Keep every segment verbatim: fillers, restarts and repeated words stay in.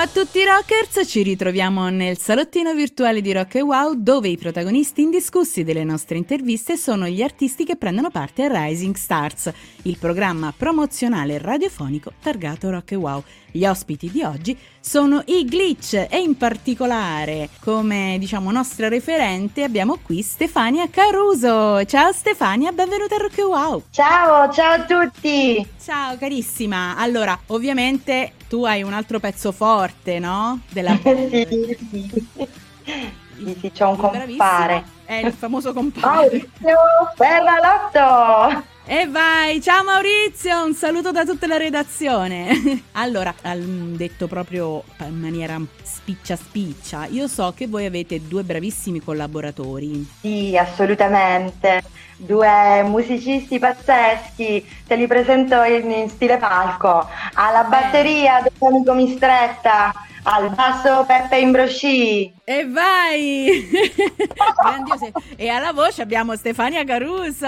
tutti rockers, ci ritroviamo nel salottino virtuale di Rock e Wow, dove i protagonisti indiscussi delle nostre interviste sono gli artisti che prendono parte a Rising Stars, il programma promozionale radiofonico targato Rock e Wow. Gli ospiti di oggi sono i Glitch e in particolare, come diciamo nostra referente, abbiamo qui Stefania Caruso. Ciao Stefania, benvenuta a Rock e Wow. Ciao, ciao a tutti. Ciao carissima. Allora, ovviamente tu hai un altro pezzo forte, no? Della band. sì, sì. Sì, sì, c'ho un compare. È il famoso compare. Maurizio Ferralotto. E vai, ciao Maurizio, un saluto da tutta la redazione. Allora, detto proprio in maniera spiccia spiccia, io so che voi avete due bravissimi collaboratori. Sì, assolutamente. Due musicisti pazzeschi, te li presento in, in stile palco. Alla batteria eh. Domenico Mistretta, al basso Peppe Imbrosci. E vai! Grandiose. E alla voce abbiamo Stefania Caruso.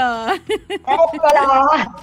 Eccola!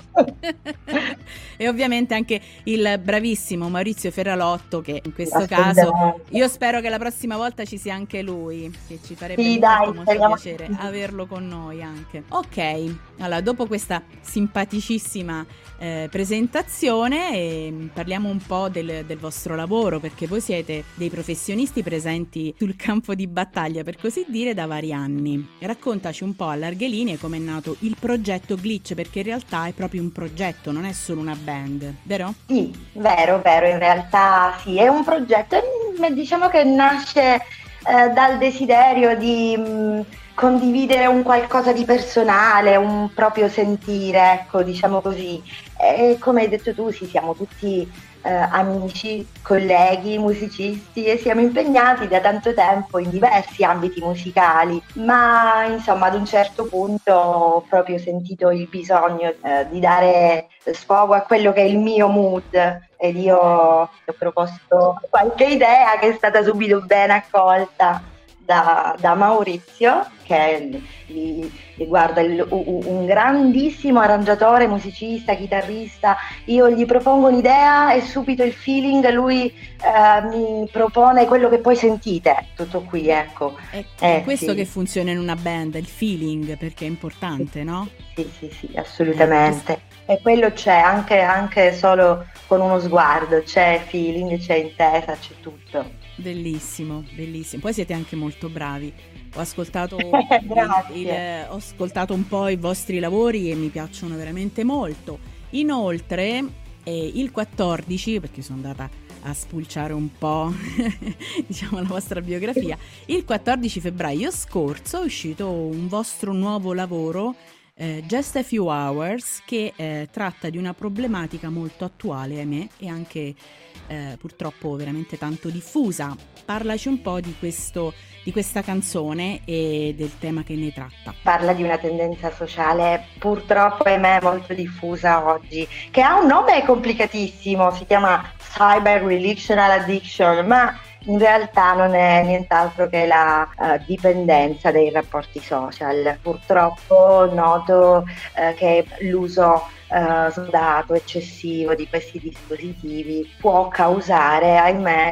E ovviamente anche il bravissimo Maurizio Ferralotto, che in questo caso io spero che la prossima volta ci sia anche lui, che ci farebbe sì, molto, dai, molto piacere averlo con noi anche. Ok, allora dopo questa simpaticissima eh, presentazione eh, parliamo un po' del, del vostro lavoro, perché voi siete dei professionisti presenti sul campo di battaglia, per così dire, da vari anni. Raccontaci un po' a larghe linee come è nato il progetto Glitch, perché in realtà è proprio un progetto, non è solo una band, vero? Sì, vero, vero, in realtà sì, è un progetto, diciamo che nasce eh, dal desiderio di mh, condividere un qualcosa di personale, un proprio sentire, ecco, diciamo così. E come hai detto tu, sì, siamo tutti Eh, amici, colleghi, musicisti e siamo impegnati da tanto tempo in diversi ambiti musicali, ma insomma ad un certo punto ho proprio sentito il bisogno eh, di dare sfogo a quello che è il mio mood ed io ho proposto qualche idea che è stata subito ben accolta da, da Maurizio, che è il, guarda, il, un, un grandissimo arrangiatore, musicista, chitarrista. Io gli propongo un'idea e subito il feeling, lui eh, mi propone quello che poi sentite, tutto qui, ecco. È, è eh, questo sì. Che funziona in una band, il feeling, perché è importante, no? Sì, sì, sì, assolutamente. Eh, e quello c'è anche, anche solo con uno sguardo, c'è feeling, c'è intesa, c'è tutto. Bellissimo, bellissimo. Poi siete anche molto bravi. Ho ascoltato, il, il, ho ascoltato un po' i vostri lavori e mi piacciono veramente molto. Inoltre, eh, il quattordici, perché sono andata a spulciare un po' diciamo la vostra biografia, il quattordici febbraio scorso è uscito un vostro nuovo lavoro, eh, Just a Few Hours, che eh, tratta di una problematica molto attuale, ahimè, e anche eh, purtroppo veramente tanto diffusa. Parlaci un po' di questo, di questa canzone e del tema che ne tratta. Parla di una tendenza sociale purtroppo, ahimè, molto diffusa oggi, che ha un nome complicatissimo, si chiama Cyber Relational Addiction, ma in realtà non è nient'altro che la uh, dipendenza dei rapporti social. Purtroppo noto uh, che l'uso Uh, smodato, eccessivo di questi dispositivi può causare, ahimè,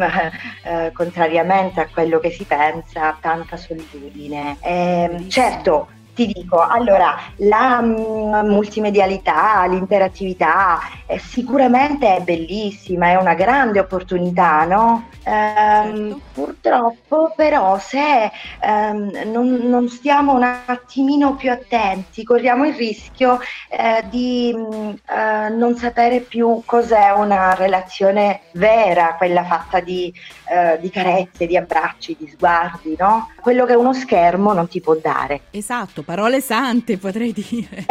uh, contrariamente a quello che si pensa, tanta solitudine. Eh, certo, ti dico, allora, la um, multimedialità, l'interattività eh, sicuramente è bellissima, è una grande opportunità, no? Ehm, certo. Purtroppo però se ehm, non, non stiamo un attimino più attenti, corriamo il rischio eh, di mh, eh, non sapere più cos'è una relazione vera, quella fatta di, eh, di carezze, di abbracci, di sguardi, no? Quello che uno schermo non ti può dare. Esatto, parole sante potrei dire.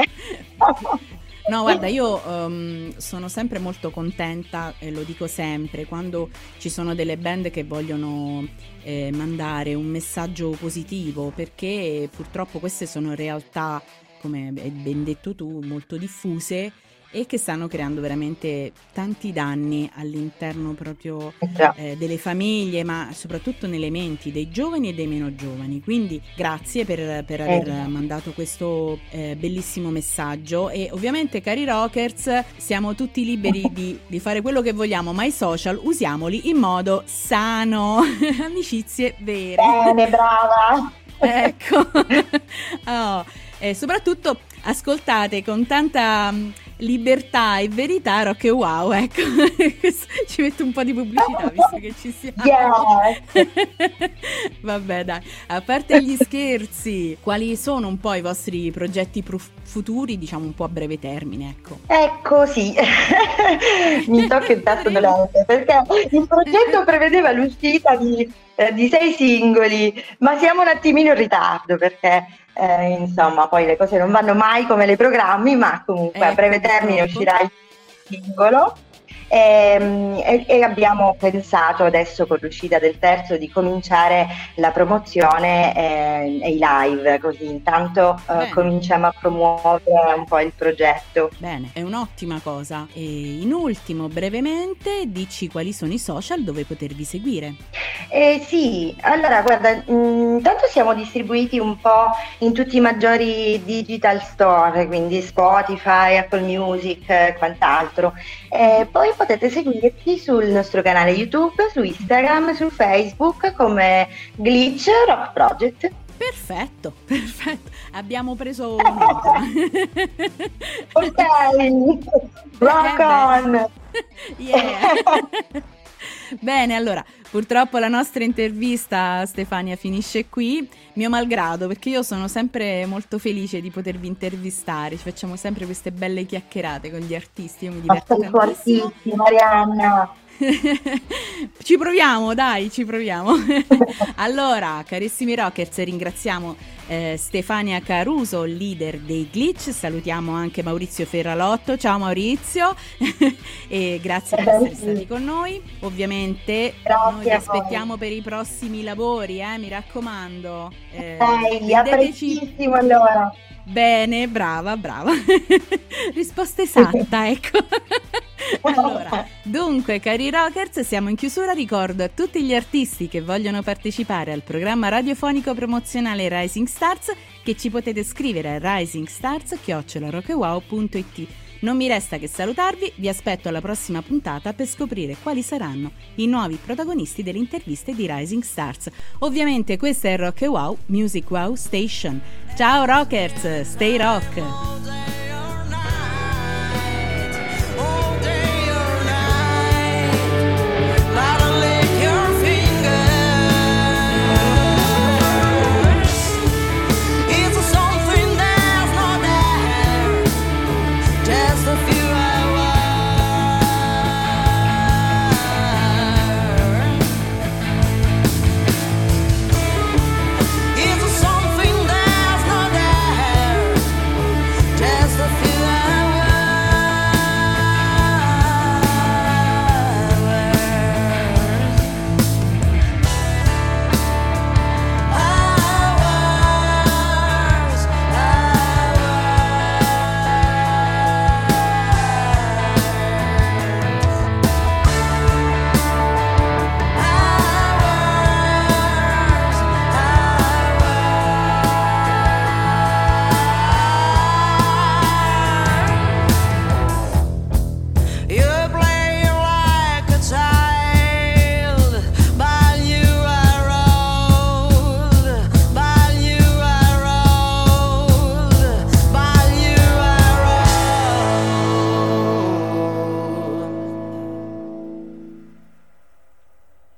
No, guarda, io um, sono sempre molto contenta, e lo dico sempre, quando ci sono delle band che vogliono eh, mandare un messaggio positivo, perché purtroppo queste sono realtà, come hai ben detto tu, molto diffuse, e che stanno creando veramente tanti danni all'interno proprio eh, delle famiglie, ma soprattutto nelle menti dei giovani e dei meno giovani. Quindi grazie per, per aver eh. mandato questo eh, bellissimo messaggio, e ovviamente, cari rockers, siamo tutti liberi di, di fare quello che vogliamo, ma i social usiamoli in modo sano. Amicizie vere. Bene, brava. Ecco. Oh, e soprattutto ascoltate con tanta libertà e verità Rock e Wow, ecco. Ci metto un po' di pubblicità visto che ci siamo. Yes. Vabbè, dai, a parte gli scherzi, quali sono un po' i vostri progetti pro- futuri, diciamo un po' a breve termine, ecco? Ecco, sì, mi tocca il tasto dolente, perché il progetto prevedeva l'uscita di, eh, di sei singoli, ma siamo un attimino in ritardo perché Eh, insomma, poi le cose non vanno mai come le programmi, ma comunque ecco, a breve termine troppo. uscirà il singolo. E, e, e abbiamo pensato adesso, con l'uscita del terzo, di cominciare la promozione e, e i live, così intanto eh, cominciamo a promuovere un po' il progetto. Bene, è un'ottima cosa. E in ultimo, brevemente, dici quali sono i social dove potervi seguire. Eh, sì, allora guarda, intanto siamo distribuiti un po' in tutti i maggiori digital store, quindi Spotify, Apple Music e quant'altro. Eh, poi potete seguirci sul nostro canale YouTube, su Instagram, su Facebook come Glitch Rock Project. Perfetto, perfetto. Abbiamo preso nota. Ok, rock eh on! Yeah. Bene, allora, purtroppo la nostra intervista, Stefania, finisce qui, mio malgrado, perché io sono sempre molto felice di potervi intervistare, ci facciamo sempre queste belle chiacchierate con gli artisti, io mi diverto tantissimo. Marianna! Ci proviamo, dai, ci proviamo. Allora, carissimi rockers, ringraziamo eh, Stefania Caruso, leader dei Glitch, salutiamo anche Maurizio Ferralotto. Ciao Maurizio. E grazie per essere stati con noi. Ovviamente grazie, noi vi aspettiamo per i prossimi lavori, eh, mi raccomando. Eh, Dai, a prestissimo allora. Bene, brava, brava. Risposta esatta, ecco. Allora, dunque, cari rockers, siamo in chiusura. Ricordo a tutti gli artisti che vogliono partecipare al programma radiofonico promozionale Rising Stars che ci potete scrivere a risingstars chiocciola rockewow punto it. Non mi resta che salutarvi, vi aspetto alla prossima puntata per scoprire quali saranno i nuovi protagonisti delle interviste di Rising Stars. Ovviamente questa è Rock e Wow, Music Wow Station. Ciao rockers, stay rock!